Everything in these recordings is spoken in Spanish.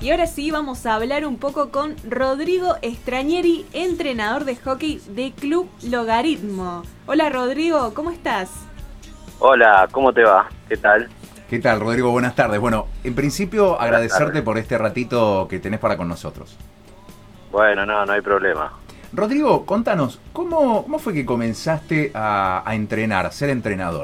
Y ahora sí vamos a hablar un poco con Rodrigo Stranieri, entrenador de hockey de Club Logaritmo. Hola Rodrigo, ¿cómo estás? Hola, ¿cómo te va? ¿Qué tal? ¿Qué tal, Rodrigo? Buenas tardes. Bueno, en principio Buenas agradecerte tardes. por este ratito que tenés para con nosotros. Bueno, no hay problema. Rodrigo, contanos, ¿cómo fue que comenzaste a entrenar, a ser entrenador?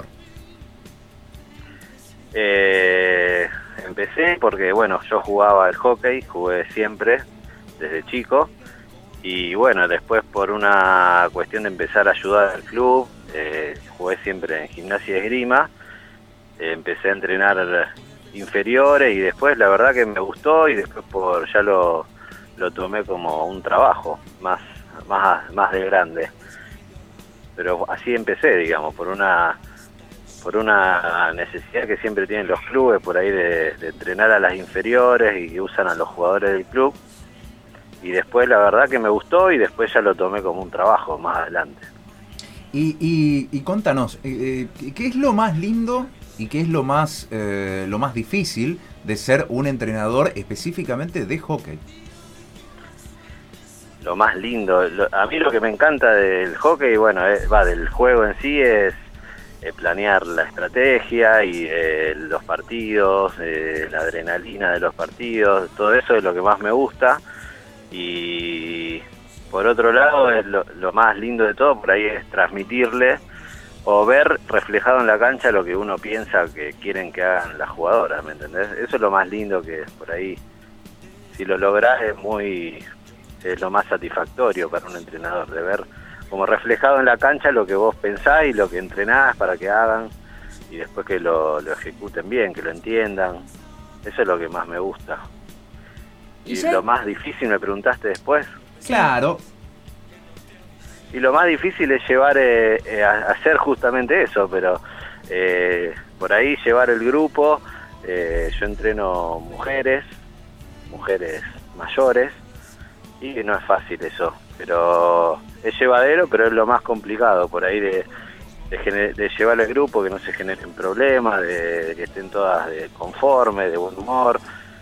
Empecé porque, bueno, yo jugaba al hockey, jugué siempre, desde chico, y bueno, después por una cuestión de empezar a ayudar al club, jugué siempre en gimnasia y esgrima, empecé a entrenar inferiores y después la verdad que me gustó y después ya lo tomé como un trabajo más de grande. Pero así empecé, digamos, por una necesidad que siempre tienen los clubes por ahí de entrenar a las inferiores y que usan a los jugadores del club. Y después la verdad que me gustó y después ya lo tomé como un trabajo más adelante. Y contanos, ¿qué es lo más lindo y qué es lo más difícil de ser un entrenador específicamente de hockey? Lo más lindo, a mí lo que me encanta del hockey, bueno, del juego en sí es planear la estrategia y los partidos, la adrenalina de los partidos, todo eso es lo que más me gusta. Y por otro lado, lo más lindo de todo por ahí es transmitirle o ver reflejado en la cancha lo que uno piensa que quieren que hagan las jugadoras, ¿me entendés? Eso es lo más lindo que por ahí, si lo lográs, es lo más satisfactorio para un entrenador, de ver como reflejado en la cancha lo que vos pensás y lo que entrenás para que hagan y después que lo ejecuten bien, que lo entiendan. Eso es lo que más me gusta. ¿Y lo más difícil me preguntaste después? Claro. Y lo más difícil es llevar a hacer justamente eso, pero por ahí llevar el grupo. Yo entreno mujeres mayores, y no es fácil eso, pero es llevadero, pero es lo más complicado por ahí de llevar al grupo, que no se generen problemas, de que estén todas conformes, de buen humor.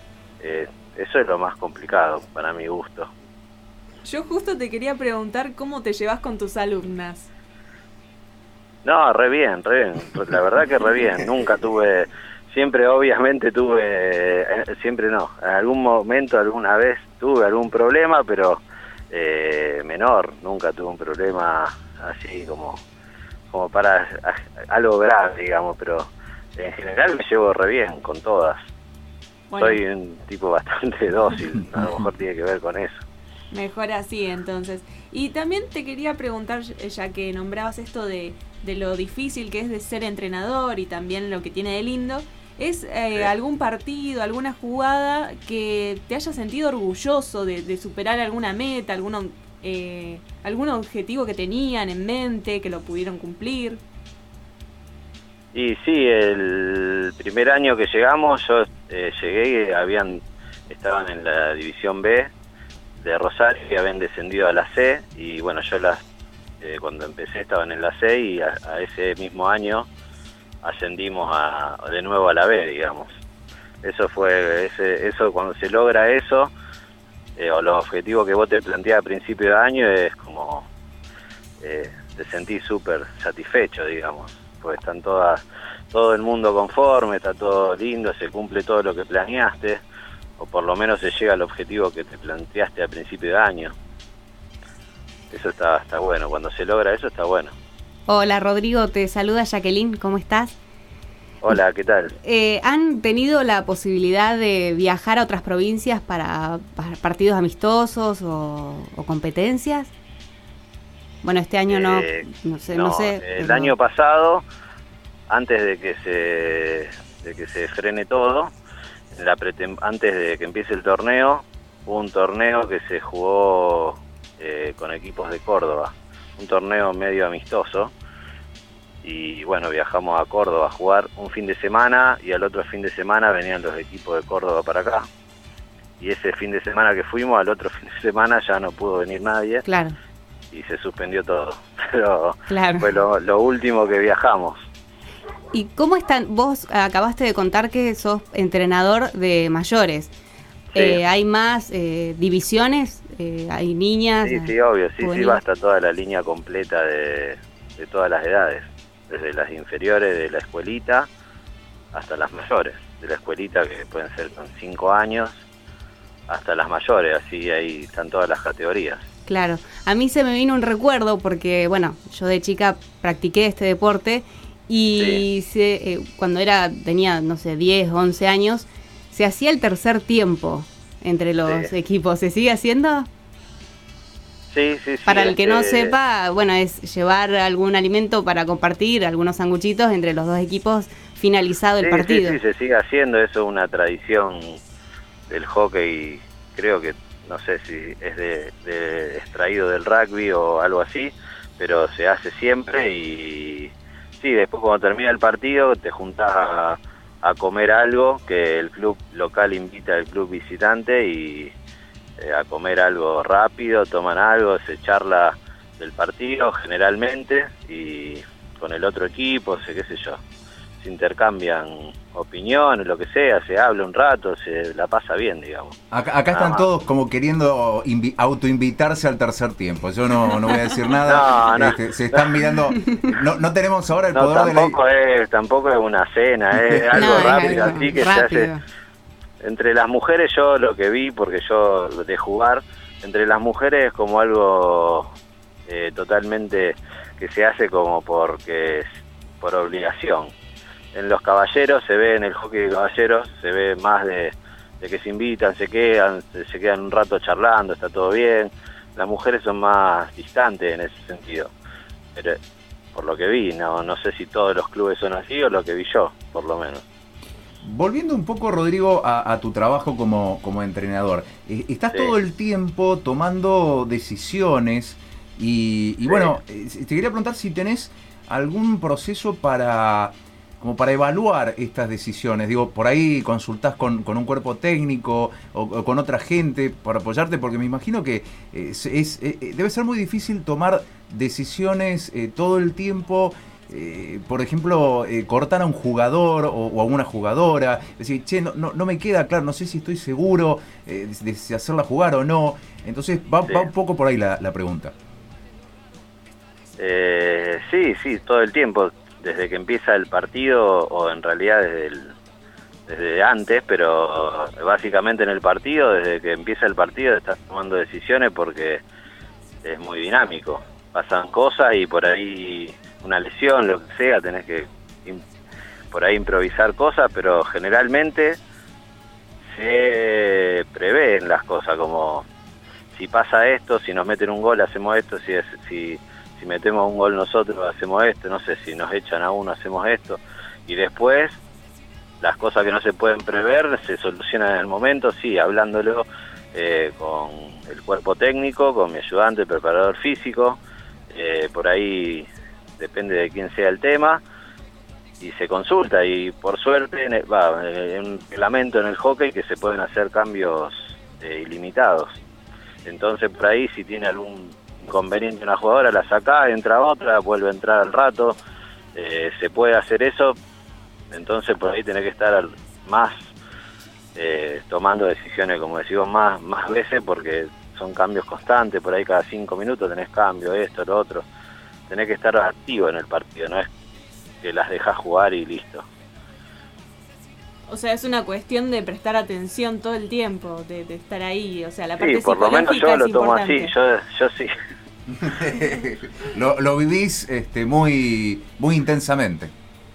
Eso es lo más complicado para mi gusto. Yo justo te quería preguntar cómo te llevas con tus alumnas. No, re bien, la verdad que re bien. Nunca tuve, siempre obviamente siempre no, en algún momento, alguna vez tuve algún problema, pero menor, nunca tuve un problema así como para algo grave, digamos, pero en general me llevo re bien con todas. Bueno. Soy un tipo bastante dócil, a lo mejor tiene que ver con eso. Mejor así, entonces. Y también te quería preguntar, ya que nombrabas esto de lo difícil que es de ser entrenador y también lo que tiene de lindo, ¿es sí. algún partido, alguna jugada que te haya sentido orgulloso de superar alguna meta, algún objetivo que tenían en mente, que lo pudieron cumplir? Y sí, el primer año que llegamos, yo llegué y estaban en la división B de Rosario y habían descendido a la C, y bueno, yo cuando empecé estaban en la C y a ese mismo año ascendimos de nuevo a la B, digamos. Eso cuando se logra eso, o los objetivos que vos te planteás a principio de año, es como te sentís súper satisfecho, digamos, porque están todo el mundo conforme, está todo lindo, se cumple todo lo que planeaste, o por lo menos se llega al objetivo que te planteaste a principio de año. Eso está bueno, cuando se logra eso está bueno. Hola Rodrigo, te saluda Jacqueline, ¿cómo estás? Hola, ¿qué tal? ¿Han tenido la posibilidad de viajar a otras provincias para partidos amistosos o competencias? Bueno, este año no sé. El año pasado, antes de que se frene todo, antes de que empiece el torneo, hubo un torneo que se jugó con equipos de Córdoba, un torneo medio amistoso, y bueno, viajamos a Córdoba a jugar un fin de semana y al otro fin de semana venían los equipos de Córdoba para acá, y ese fin de semana que fuimos, al otro fin de semana ya no pudo venir nadie. Claro. Y se suspendió todo, pero claro. Fue lo último que viajamos. ¿Y cómo están? Vos acabaste de contar que sos entrenador de mayores. Sí. ¿Hay más divisiones? ¿Hay niñas? Sí, obvio, sí, juveniles. va hasta toda la línea completa de todas las edades, desde las inferiores de la escuelita hasta las mayores, de la escuelita que pueden ser con 5 años hasta las mayores, así ahí están todas las categorías. Claro, a mí se me vino un recuerdo porque, bueno, yo de chica practiqué este deporte y cuando tenía, no sé, 10, 11 años, se hacía el tercer tiempo entre los equipos. ¿Se sigue haciendo? Sí. Para el que no sepa, bueno, es llevar algún alimento para compartir, algunos sanguchitos entre los dos equipos finalizado el partido. Sí, se sigue haciendo, eso es una tradición del hockey, creo que no sé si es de extraído del rugby o algo así, pero se hace siempre y sí, después cuando termina el partido te juntás a comer algo que el club local invita al club visitante y a comer algo rápido, toman algo, se charla del partido generalmente y con el otro equipo, qué sé yo, se intercambian opiniones, lo que sea, se habla un rato, se la pasa bien, digamos. Acá están todos como queriendo autoinvitarse al tercer tiempo. Yo no voy a decir nada. No. Se están mirando. No tenemos ahora el poder tampoco es una cena, es algo rápido, así que rápido. Se hace. Entre las mujeres, yo lo que vi, porque yo de jugar, entre las mujeres es como algo totalmente que se hace como por obligación. En los caballeros se ve, en el hockey de caballeros se ve más de que se invitan, se quedan un rato charlando, está todo bien. Las mujeres son más distantes en ese sentido, pero por lo que vi, no sé si todos los clubes son así o lo que vi yo, por lo menos. Volviendo un poco, Rodrigo, a tu trabajo como entrenador, estás todo el tiempo tomando decisiones y bueno, te quería preguntar si tenés algún proceso para evaluar estas decisiones. Digo, por ahí consultás con un cuerpo técnico o con otra gente para apoyarte, porque me imagino que debe ser muy difícil tomar decisiones todo el tiempo. Por ejemplo, cortar a un jugador o a una jugadora, decir, no me queda claro, no sé si estoy seguro de hacerla jugar o no. Entonces va un poco por ahí la pregunta. Sí, todo el tiempo, desde que empieza el partido, o en realidad desde antes, pero básicamente en el partido, desde que empieza el partido estás tomando decisiones porque es muy dinámico, pasan cosas y por ahí una lesión, lo que sea, tenés que por ahí improvisar cosas, pero generalmente se prevén las cosas, como si pasa esto, si nos meten un gol hacemos esto, si metemos un gol nosotros hacemos esto, no sé, si nos echan a uno hacemos esto, y después las cosas que no se pueden prever se solucionan en el momento, sí, hablándolo con el cuerpo técnico, con mi ayudante, el preparador físico, por ahí depende de quién sea el tema, y se consulta, y por suerte en un reglamento en el hockey que se pueden hacer cambios ilimitados, entonces por ahí si tiene algún inconveniente una jugadora, la saca, entra otra, vuelve a entrar al rato, se puede hacer eso, entonces por ahí tenés que estar más tomando decisiones, como decimos, más veces, porque son cambios constantes, por ahí cada 5 minutos tenés cambio, esto, lo otro, tenés que estar activo en el partido, no es que las dejás jugar y listo. O sea, es una cuestión de prestar atención todo el tiempo, de estar ahí, o sea, la parte por lo menos yo lo tomo así, yo sí. lo vivís muy intensamente.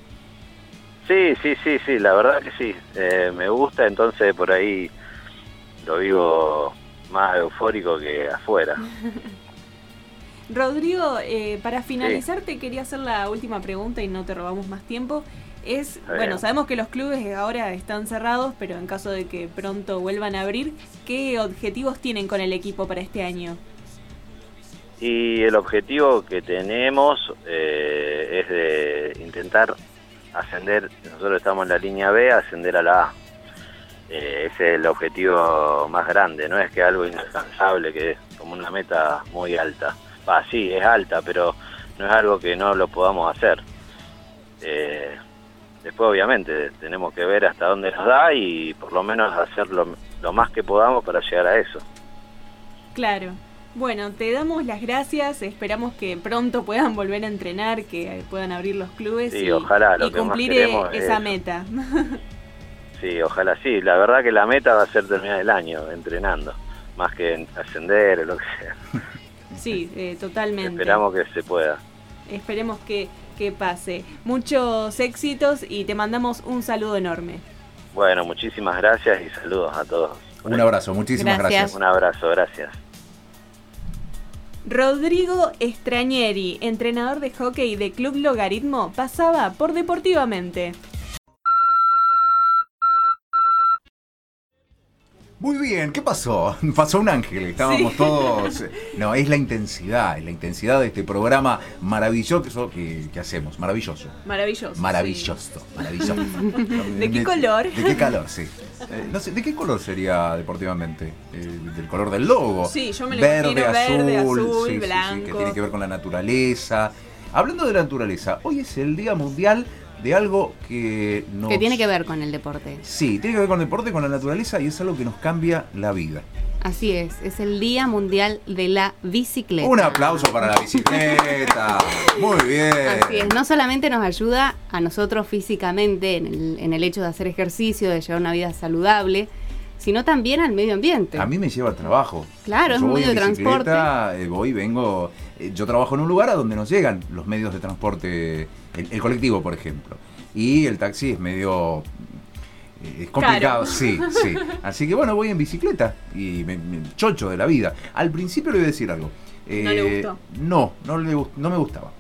Sí, la verdad que sí, me gusta, entonces por ahí lo vivo más eufórico que afuera. Rodrigo, para finalizar te quería hacer la última pregunta y no te robamos más tiempo. Bueno, sabemos que los clubes ahora están cerrados, pero en caso de que pronto vuelvan a abrir, ¿qué objetivos tienen con el equipo para este año? Y el objetivo que tenemos es de intentar ascender, nosotros estamos en la línea B, ascender a la A. Ese es el objetivo más grande, no es que algo inalcanzable, que es como una meta muy alta. Sí, es alta, pero no es algo que no lo podamos hacer. después obviamente tenemos que ver hasta dónde nos da y por lo menos hacer lo más que podamos para llegar a eso. Claro. Bueno, te damos las gracias, esperamos que pronto puedan volver a entrenar, que puedan abrir los clubes sí, ojalá, y cumplir esa meta. Sí, ojalá sí. La verdad que la meta va a ser terminar el año entrenando, más que ascender o lo que sea. Sí, totalmente. Esperamos que se pueda. Esperemos que pase. Muchos éxitos y te mandamos un saludo enorme. Bueno, muchísimas gracias y saludos a todos. Un abrazo, muchísimas gracias. Un abrazo, gracias. Rodrigo Estrañeri, entrenador de hockey de Club Logaritmo, pasaba por Deportivamente. Muy bien, ¿qué pasó? Pasó un ángel, estábamos todos... No, es la intensidad de este programa maravilloso que hacemos, maravilloso. Maravilloso. ¿De qué color? ¿De qué color, sí? No sé, ¿de qué color sería Deportivamente? ¿Del color del logo? Sí, yo me lo imagino verde, azul, sí, blanco. Sí, que tiene que ver con la naturaleza. Hablando de la naturaleza, hoy es el Día Mundial de algo que nos... Que tiene que ver con el deporte. Sí, tiene que ver con el deporte, con la naturaleza y es algo que nos cambia la vida. Así es el Día Mundial de la Bicicleta. Un aplauso para la bicicleta. Muy bien. Así es, no solamente nos ayuda a nosotros físicamente en el hecho de hacer ejercicio, de llevar una vida saludable, sino también al medio ambiente. A mí me lleva al trabajo. Claro, es un medio de transporte. Voy, vengo. Yo trabajo en un lugar a donde nos llegan los medios de transporte, el colectivo, por ejemplo. Y el taxi es medio... Es complicado, claro. Sí. Así que bueno, voy en bicicleta y me chocho de la vida. Al principio le voy a decir algo. ¿No le gustó? No me gustaba.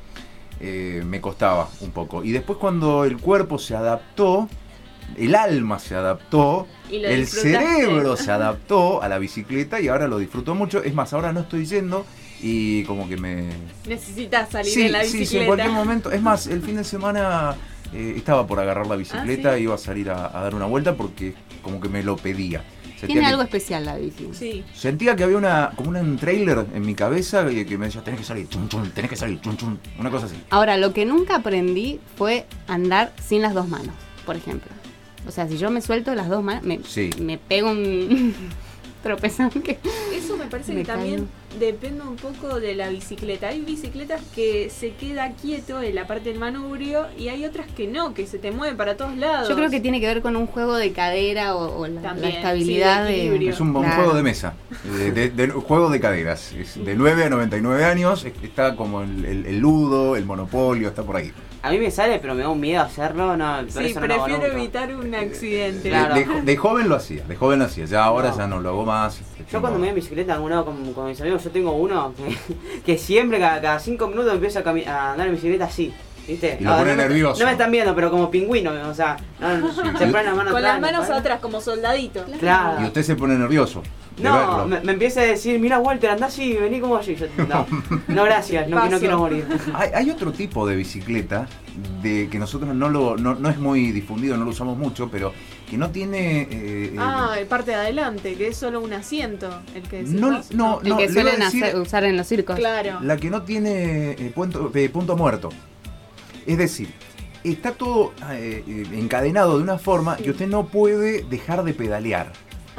Me costaba un poco. Y después cuando el cuerpo se adaptó, el alma se adaptó, el cerebro se adaptó a la bicicleta y ahora lo disfruto mucho. Es más, ahora no estoy yendo y como que me... Necesitas salir en la bicicleta. Sí, en cualquier momento. Es más, el fin de semana estaba por agarrar la bicicleta e iba a salir a dar una vuelta porque como que me lo pedía. Tiene algo especial la bici. Sí. Sentía que había como un trailer en mi cabeza que me decía, tenés que salir, chum, chum, tenés que salir, chum, chum, una cosa así. Ahora, lo que nunca aprendí fue andar sin las dos manos, por ejemplo. O sea, si yo me suelto las dos manos, me pego un tropezón que... Eso me parece que también depende un poco de la bicicleta. Hay bicicletas que se queda quieto en la parte del manubrio y hay otras que no, que se te mueven para todos lados. Yo creo que tiene que ver con un juego de cadera o la estabilidad de equilibrio. Es un juego de mesa, de juego de caderas. Es de 9 a 99 años, está como el ludo, el monopolio, está por ahí. A mí me sale, pero me da un miedo hacerlo. No, sí, prefiero evitar un accidente. Claro. De joven lo hacía, ya ahora ya no lo hago más. Yo cuando me voy en bicicleta a algún lado con mis amigos, yo tengo uno que siempre, cada 5 minutos empieza a andar en bicicleta así, ¿viste? Y lo pone nervioso. No me están viendo, pero como pingüino, o sea, se ponen las manos con atrás, las manos atrás, como soldadito. Claro. Y usted se pone nervioso. No, me empieza a decir, mira Walter, andá así, vení como allí. Yo, no gracias, no quiero morir. Hay otro tipo de bicicleta de que nosotros no es muy difundido, no lo usamos mucho, pero que no tiene... el parte de adelante, que es solo un asiento. El que el que suelen usar en los circos. Claro. La que no tiene punto muerto. Es decir, está todo encadenado de una forma que usted no puede dejar de pedalear.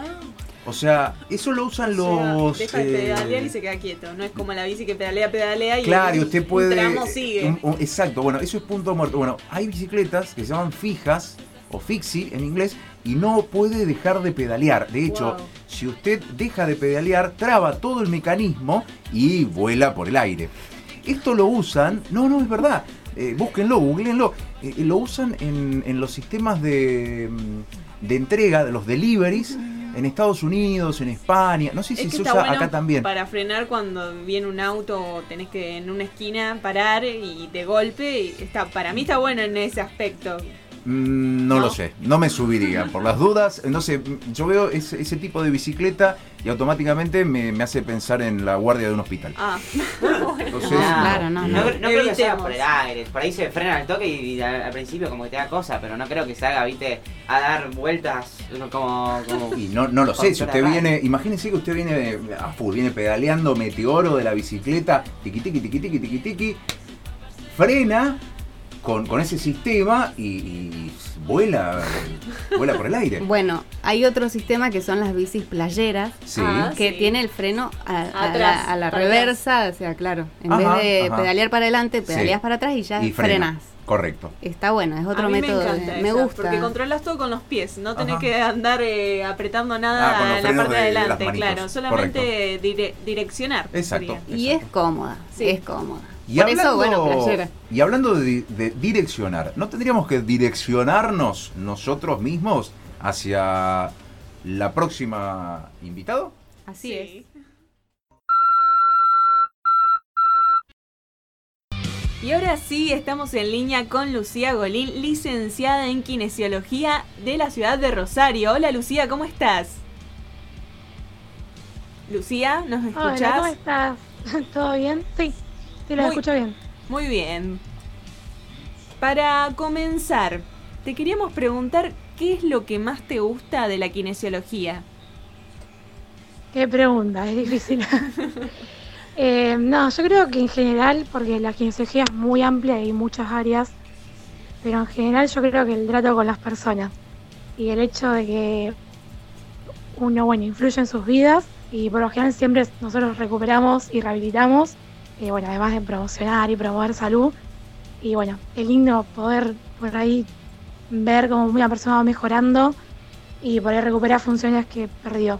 O sea, eso lo usan los... Deja de pedalear y se queda quieto. No es como la bici que pedalea y claro, y usted puede... un tramo sigue. Exacto, bueno, eso es punto muerto. Bueno, hay bicicletas que se llaman fijas o fixie en inglés y no puede dejar de pedalear. De hecho, si usted deja de pedalear, traba todo el mecanismo y vuela por el aire. Esto lo usan... No, es verdad. Búsquenlo, googleenlo. Lo usan en los sistemas de entrega, de los deliveries, en Estados Unidos, en España. No sé si se usa bueno acá también. Para frenar cuando viene un auto, tenés que en una esquina parar y de golpe. Para mí está bueno en ese aspecto. No lo sé, no me subiría por las dudas. No sé, yo veo ese tipo de bicicleta y automáticamente me hace pensar en la guardia de un hospital. Entonces, claro, no creo que sea por el aire. Por ahí se frena al toque y al principio como que te da cosa, pero no creo que se haga, viste, a dar vueltas como... Y no lo sé, si usted viene, imagínese que usted viene a full, viene pedaleando meteoro de la bicicleta, tiqui tiqui tiqui tiqui tiqui tiqui, frena con ese sistema y vuela por el aire. Bueno, hay otro sistema que son las bicis playeras, Sí. que tiene el freno Atrás, a la para reversa, o sea, claro, en Ajá, vez de ajá. pedalear para adelante, pedaleas Sí. para atrás y ya Y frenas. Correcto. Está bueno, es otro a mí método. me encanta me esa, gusta. porque controlas todo con los pies, no tenés Ajá. que andar apretando Con nada los en la frenos parte de de las adelante, manitos, claro, solamente direccionar. Exacto. sería. Y es cómoda, Sí. es cómoda. Y Por eso, bueno, playera. y hablando de direccionar, ¿no tendríamos que direccionarnos nosotros mismos hacia la próxima invitado? Así es. Y ahora sí, estamos en línea con Lucía Golín, licenciada en Kinesiología de la ciudad de Rosario. Hola Lucía, ¿cómo estás? Lucía, ¿nos escuchás? Hola, ¿cómo estás? ¿Todo bien? Sí, lo escucho bien. Muy bien. Para comenzar, te queríamos preguntar qué es lo que más te gusta de la kinesiología. Qué pregunta, es difícil. No, yo creo que en general, porque la kinesiología es muy amplia y hay muchas áreas, pero en general yo creo que el trato con las personas y el hecho de que uno, bueno, influye en sus vidas y por lo general siempre nosotros recuperamos y rehabilitamos, bueno, además de promocionar y promover salud, y bueno, es lindo poder por ahí ver cómo una persona va mejorando y poder recuperar funciones que perdió.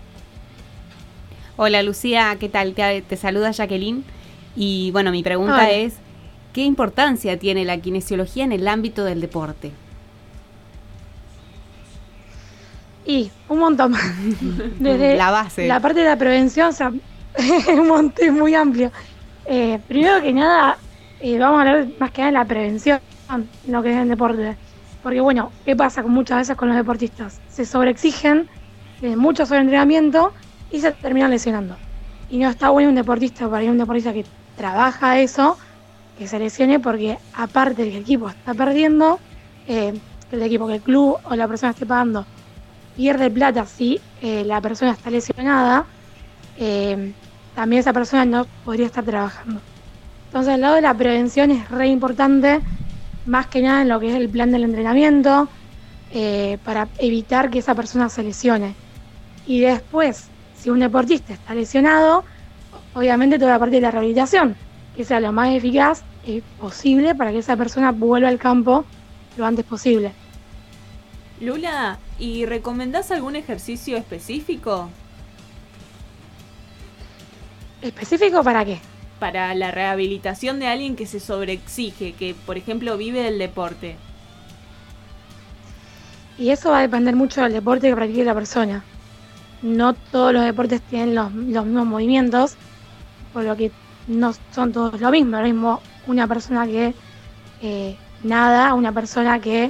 Hola Lucía, ¿qué tal? Te saluda Jacqueline. Y bueno, mi pregunta Hola. es, ¿qué importancia tiene la kinesiología en el ámbito del deporte? Y un montón. Desde La base. la parte de la prevención, o sea, un montón muy amplio. Primero que nada, vamos a hablar más que nada de la prevención, lo que es el deporte. Porque bueno, ¿qué pasa muchas veces con los deportistas? Se sobreexigen, mucho sobreentrenamiento y se terminan lesionando. Y no está bueno un deportista, para ir un deportista que trabaja eso, que se lesione porque aparte de que el equipo está perdiendo, que el club o la persona esté pagando pierde plata si la persona está lesionada, también esa persona no podría estar trabajando. Entonces, el lado de la prevención es re importante, más que nada en lo que es el plan del entrenamiento, para evitar que esa persona se lesione. Y después, si un deportista está lesionado, obviamente toda la parte de la rehabilitación, que sea lo más eficaz posible para que esa persona vuelva al campo lo antes posible. Lula, ¿y recomendás algún ejercicio específico? ¿Específico para qué? Para la rehabilitación de alguien que se sobreexige, que por ejemplo vive del deporte. Y eso va a depender mucho del deporte que practique la persona. No todos los deportes tienen los mismos movimientos, por lo que no son todos lo mismo una persona que nada, una persona que,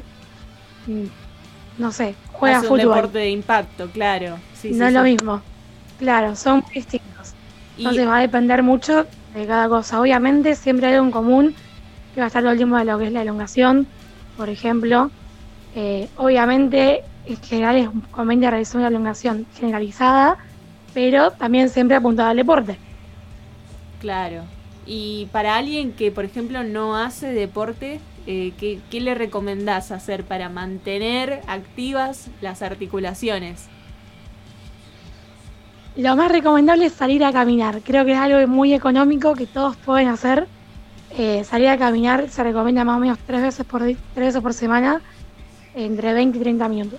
no sé, juega Hace fútbol. un deporte de impacto, claro. Sí, no es lo mismo. Claro, son muy distintos. Entonces va a depender mucho de cada cosa. Obviamente siempre hay algo en común que va a estar todo el tiempo de lo que es la elongación, por ejemplo. Obviamente en general es conveniente realizar una elongación generalizada, pero también siempre apuntada al deporte. Claro. Y para alguien que, por ejemplo, no hace deporte, ¿qué le recomendás hacer para mantener activas las articulaciones? Lo más recomendable es salir a caminar. Creo que es algo muy económico que todos pueden hacer. Salir a caminar se recomienda más o menos 3 veces por semana, entre 20 y 30 minutos.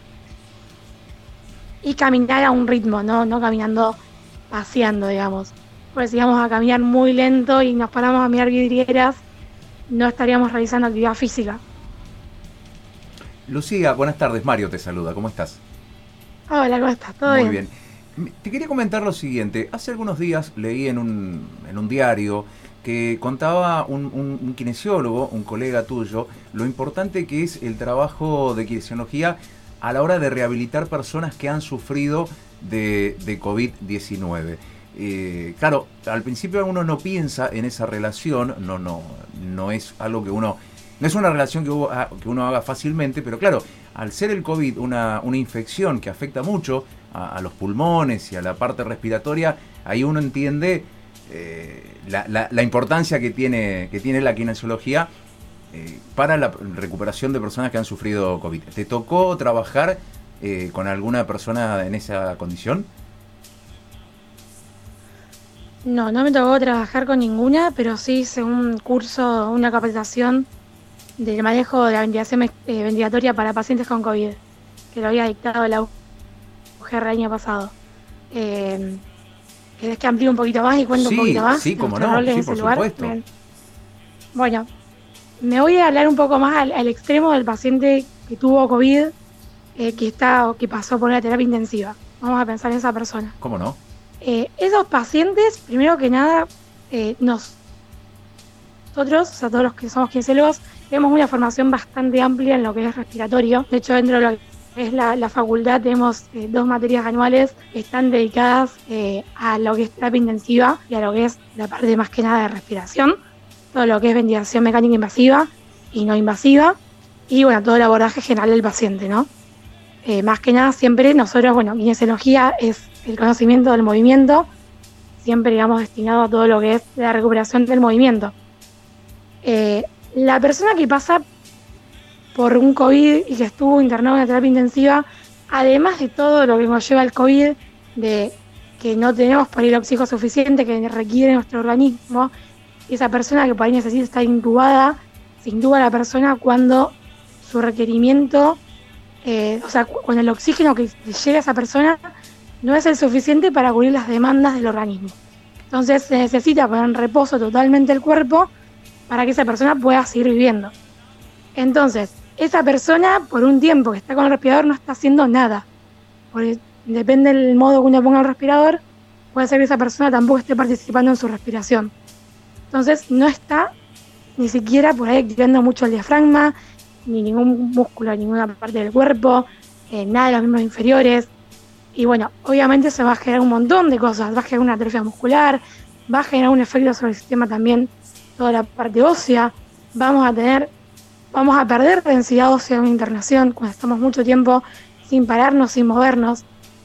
Y caminar a un ritmo, no caminando, paseando, digamos. Porque si vamos a caminar muy lento y nos paramos a mirar vidrieras, no estaríamos realizando actividad física. Lucía, buenas tardes. Mario te saluda. ¿Cómo estás? Hola, ¿cómo estás? ¿Todo Muy bien? bien. Te quería comentar lo siguiente. Hace algunos días leí en un diario que contaba un kinesiólogo, un colega tuyo, lo importante que es el trabajo de kinesiología a la hora de rehabilitar personas que han sufrido de COVID-19. Claro, al principio uno no piensa en esa relación, no es algo que uno... No es una relación que uno haga fácilmente, pero claro, al ser el COVID una infección que afecta mucho a los pulmones y a la parte respiratoria, ahí uno entiende la importancia que tiene la kinesiología para la recuperación de personas que han sufrido COVID. ¿Te tocó trabajar con alguna persona en esa condición? No, no me tocó trabajar con ninguna, pero sí hice un curso, una capacitación del manejo de la ventilación ventilatoria para pacientes con COVID, que lo había dictado la UGR el año pasado. ¿Querés que amplíe un poquito más y cuente un poquito más? Sí, cómo no, sí, por supuesto. Bien. Bueno, me voy a hablar un poco más al extremo del paciente que tuvo COVID, que pasó por una terapia intensiva. Vamos a pensar en esa persona. ¿Cómo no? Esos pacientes, primero que nada, nosotros, o sea, todos los que somos kinesiólogos, tenemos una formación bastante amplia en lo que es respiratorio. De hecho, dentro de lo que es la facultad tenemos 2 materias anuales que están dedicadas a lo que es terapia intensiva y a lo que es la parte más que nada de respiración, todo lo que es ventilación mecánica invasiva y no invasiva, y bueno, todo el abordaje general del paciente, ¿no? Más que nada siempre nosotros, bueno, kinesiología es el conocimiento del movimiento, siempre digamos destinado a todo lo que es la recuperación del movimiento. La persona que pasa por un COVID y que estuvo internado en la terapia intensiva, además de todo lo que nos lleva el COVID, de que no tenemos por ahí el oxígeno suficiente que requiere nuestro organismo, esa persona que por ahí necesita estar intubada, se intuba a la persona cuando su requerimiento, o sea, cuando el oxígeno que llega a esa persona no es el suficiente para cubrir las demandas del organismo. Entonces se necesita poner en reposo totalmente el cuerpo para que esa persona pueda seguir viviendo. Entonces, esa persona, por un tiempo que está con el respirador, no está haciendo nada. Porque depende del modo que uno ponga el respirador, puede ser que esa persona tampoco esté participando en su respiración. Entonces, no está ni siquiera por ahí activando mucho el diafragma, ni ningún músculo, ninguna parte del cuerpo, nada de los miembros inferiores. Y bueno, obviamente se va a generar un montón de cosas. Va a generar una atrofia muscular, va a generar un efecto sobre el sistema también, toda la parte ósea. Vamos a perder densidad ósea en una internación cuando estamos mucho tiempo sin pararnos, sin movernos.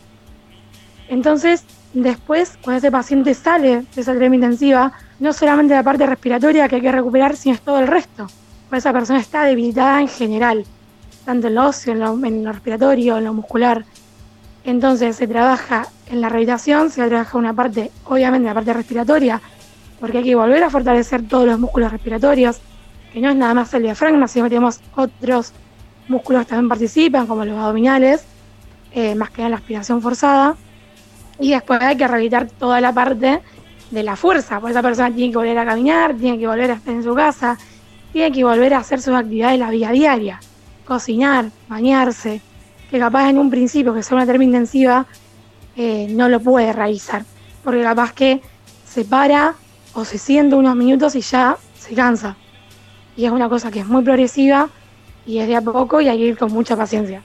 Entonces, después, cuando ese paciente sale de esa terapia intensiva, no solamente la parte respiratoria que hay que recuperar, sino es todo el resto. Porque esa persona está debilitada en general, tanto en lo óseo, en lo respiratorio, en lo muscular. Entonces se trabaja en la rehabilitación, se trabaja una parte, obviamente la parte respiratoria, porque hay que volver a fortalecer todos los músculos respiratorios, que no es nada más el diafragma, sino que tenemos otros músculos que también participan, como los abdominales, más que nada la aspiración forzada. Y después hay que rehabilitar toda la parte de la fuerza, porque esa persona tiene que volver a caminar, tiene que volver a estar en su casa, tiene que volver a hacer sus actividades de la vida diaria, cocinar, bañarse, que capaz en un principio, que sea una terapia intensiva, no lo puede realizar, porque capaz que se para o se siente unos minutos y ya se cansa. Y es una cosa que es muy progresiva y es de a poco y hay que ir con mucha paciencia.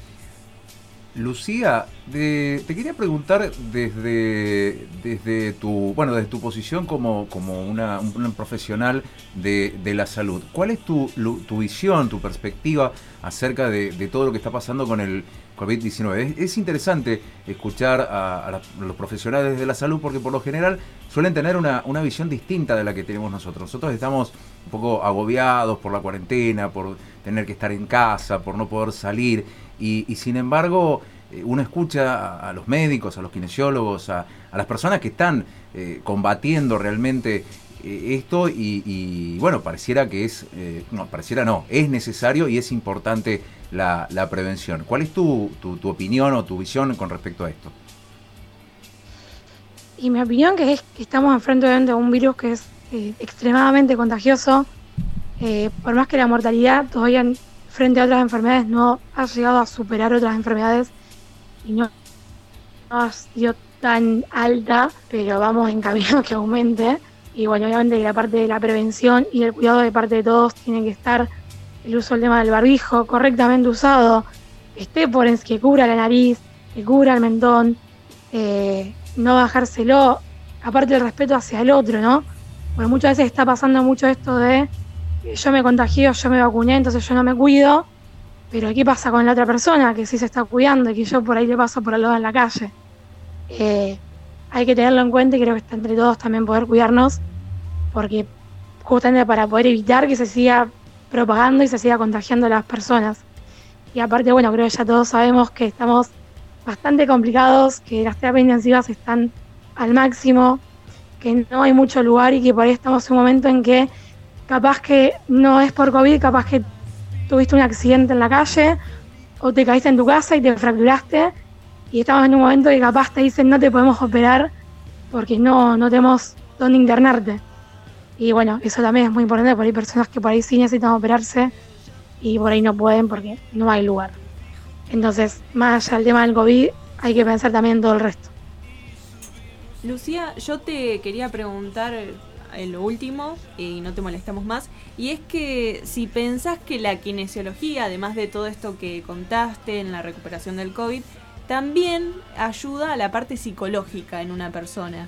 Lucía, te quería preguntar desde tu posición como una profesional de la salud. ¿Cuál es tu visión, tu perspectiva acerca de todo lo que está pasando con el COVID-19? Es interesante escuchar a los profesionales de la salud porque por lo general suelen tener una visión distinta de la que tenemos nosotros. Nosotros estamos un poco agobiados por la cuarentena, por tener que estar en casa, por no poder salir. Y sin embargo, uno escucha a los médicos, a los kinesiólogos, a las personas que están combatiendo realmente esto y bueno, pareciera que es necesario y es importante la prevención. ¿Cuál es tu opinión o tu visión con respecto a esto? Y mi opinión que es que estamos enfrente de un virus que es extremadamente contagioso, por más que la mortalidad todavía frente a otras enfermedades no ha llegado a superar otras enfermedades y no ha sido tan alta, pero vamos en camino a que aumente. Y bueno, obviamente que la parte de la prevención y el cuidado de parte de todos tiene que estar el uso del tema del barbijo correctamente usado, que cubra la nariz, que cubra el mentón, no bajárselo, aparte del respeto hacia el otro, ¿no? Porque muchas veces está pasando mucho esto de yo me contagio, yo me vacuné, entonces yo no me cuido, pero ¿qué pasa con la otra persona que sí se está cuidando y que yo por ahí le paso por al lado en la calle? Hay que tenerlo en cuenta y creo que está entre todos también poder cuidarnos, porque justamente para poder evitar que se siga propagando y se siga contagiando a las personas. Y aparte, bueno, creo que ya todos sabemos que estamos bastante complicados, que las terapias intensivas están al máximo, que no hay mucho lugar y que por ahí estamos en un momento en que capaz que no es por COVID, capaz que tuviste un accidente en la calle o te caíste en tu casa y te fracturaste y estamos en un momento que capaz te dicen no te podemos operar porque no tenemos dónde internarte. Y bueno, eso también es muy importante, porque hay personas que por ahí sí necesitan operarse y por ahí no pueden porque no hay lugar. Entonces, más allá del tema del COVID, hay que pensar también en todo el resto. Lucía, yo te quería preguntar lo último, y no te molestamos más, y es que si pensás que la kinesiología, además de todo esto que contaste en la recuperación del COVID, también ayuda a la parte psicológica en una persona.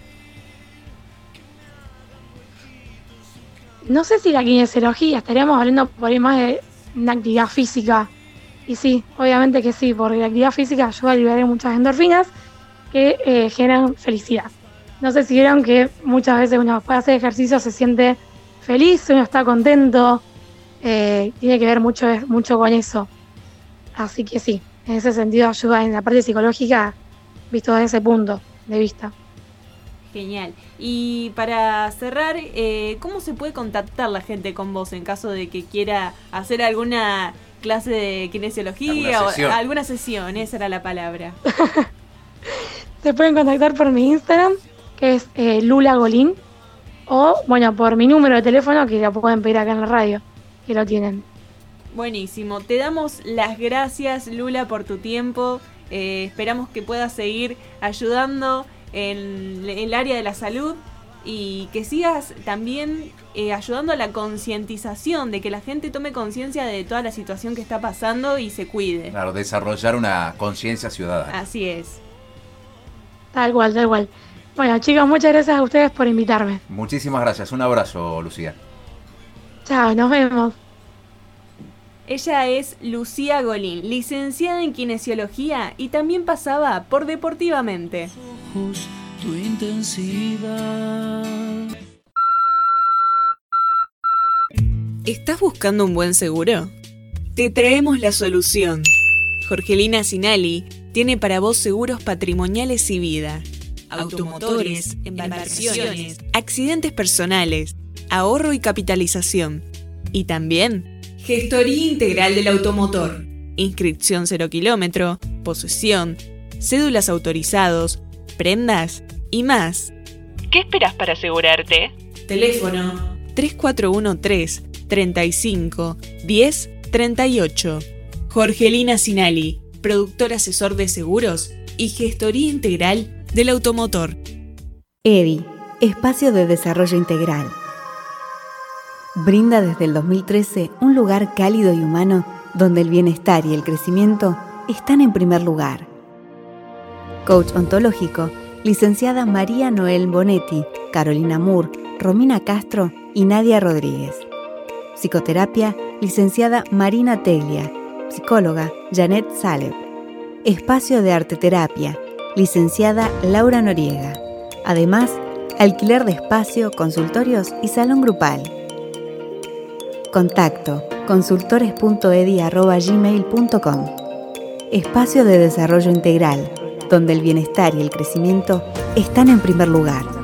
No sé si la kinesiología, estaríamos hablando por ahí más de una actividad física. Y sí, obviamente que sí, porque la actividad física ayuda a liberar muchas endorfinas que generan felicidad. No sé si vieron que muchas veces uno después de hacer ejercicio se siente feliz, uno está contento, tiene que ver mucho con eso. Así que sí, en ese sentido ayuda en la parte psicológica, visto desde ese punto de vista. Genial. Y para cerrar, ¿cómo se puede contactar la gente con vos en caso de que quiera hacer alguna clase de kinesiología o alguna sesión? Esa era la palabra. Se pueden contactar por mi Instagram, que es Lula Golín, o bueno, por mi número de teléfono, que lo pueden pedir acá en la radio, que lo tienen. Buenísimo. Te damos las gracias, Lula, por tu tiempo. Esperamos que puedas seguir ayudando en el área de la salud y que sigas también ayudando a la concientización, de que la gente tome conciencia de toda la situación que está pasando y se cuide. Claro, desarrollar una conciencia ciudadana. Así es. Tal cual. Bueno, chicos, muchas gracias a ustedes por invitarme. Muchísimas gracias. Un abrazo, Lucía. Chao, nos vemos. Ella es Lucía Golín, licenciada en kinesiología y también pasaba por Deportivamente. Tu intensidad. ¿Estás buscando un buen seguro? Te traemos la solución. Jorgelina Sinali tiene para vos seguros patrimoniales y vida, automotores, embarcaciones, accidentes personales, ahorro y capitalización. Y también gestoría integral del automotor, inscripción 0 kilómetro, posesión, cédulas autorizados, prendas y más. ¿Qué esperas para asegurarte? Teléfono 3413 35 10 38. Jorgelina Sinali, productor asesor de seguros y gestoría integral del automotor. EDI, Espacio de Desarrollo Integral. Brinda desde el 2013 un lugar cálido y humano donde el bienestar y el crecimiento están en primer lugar. Coach ontológico, licenciada María Noel Bonetti, Carolina Moore, Romina Castro y Nadia Rodríguez. Psicoterapia, licenciada Marina Teglia. Psicóloga, Janet Saleb. Espacio de Arteterapia, licenciada Laura Noriega. Además, alquiler de espacio, consultorios y salón grupal. Contacto, consultores.edi@gmail.com. Espacio de Desarrollo Integral, donde el bienestar y el crecimiento están en primer lugar.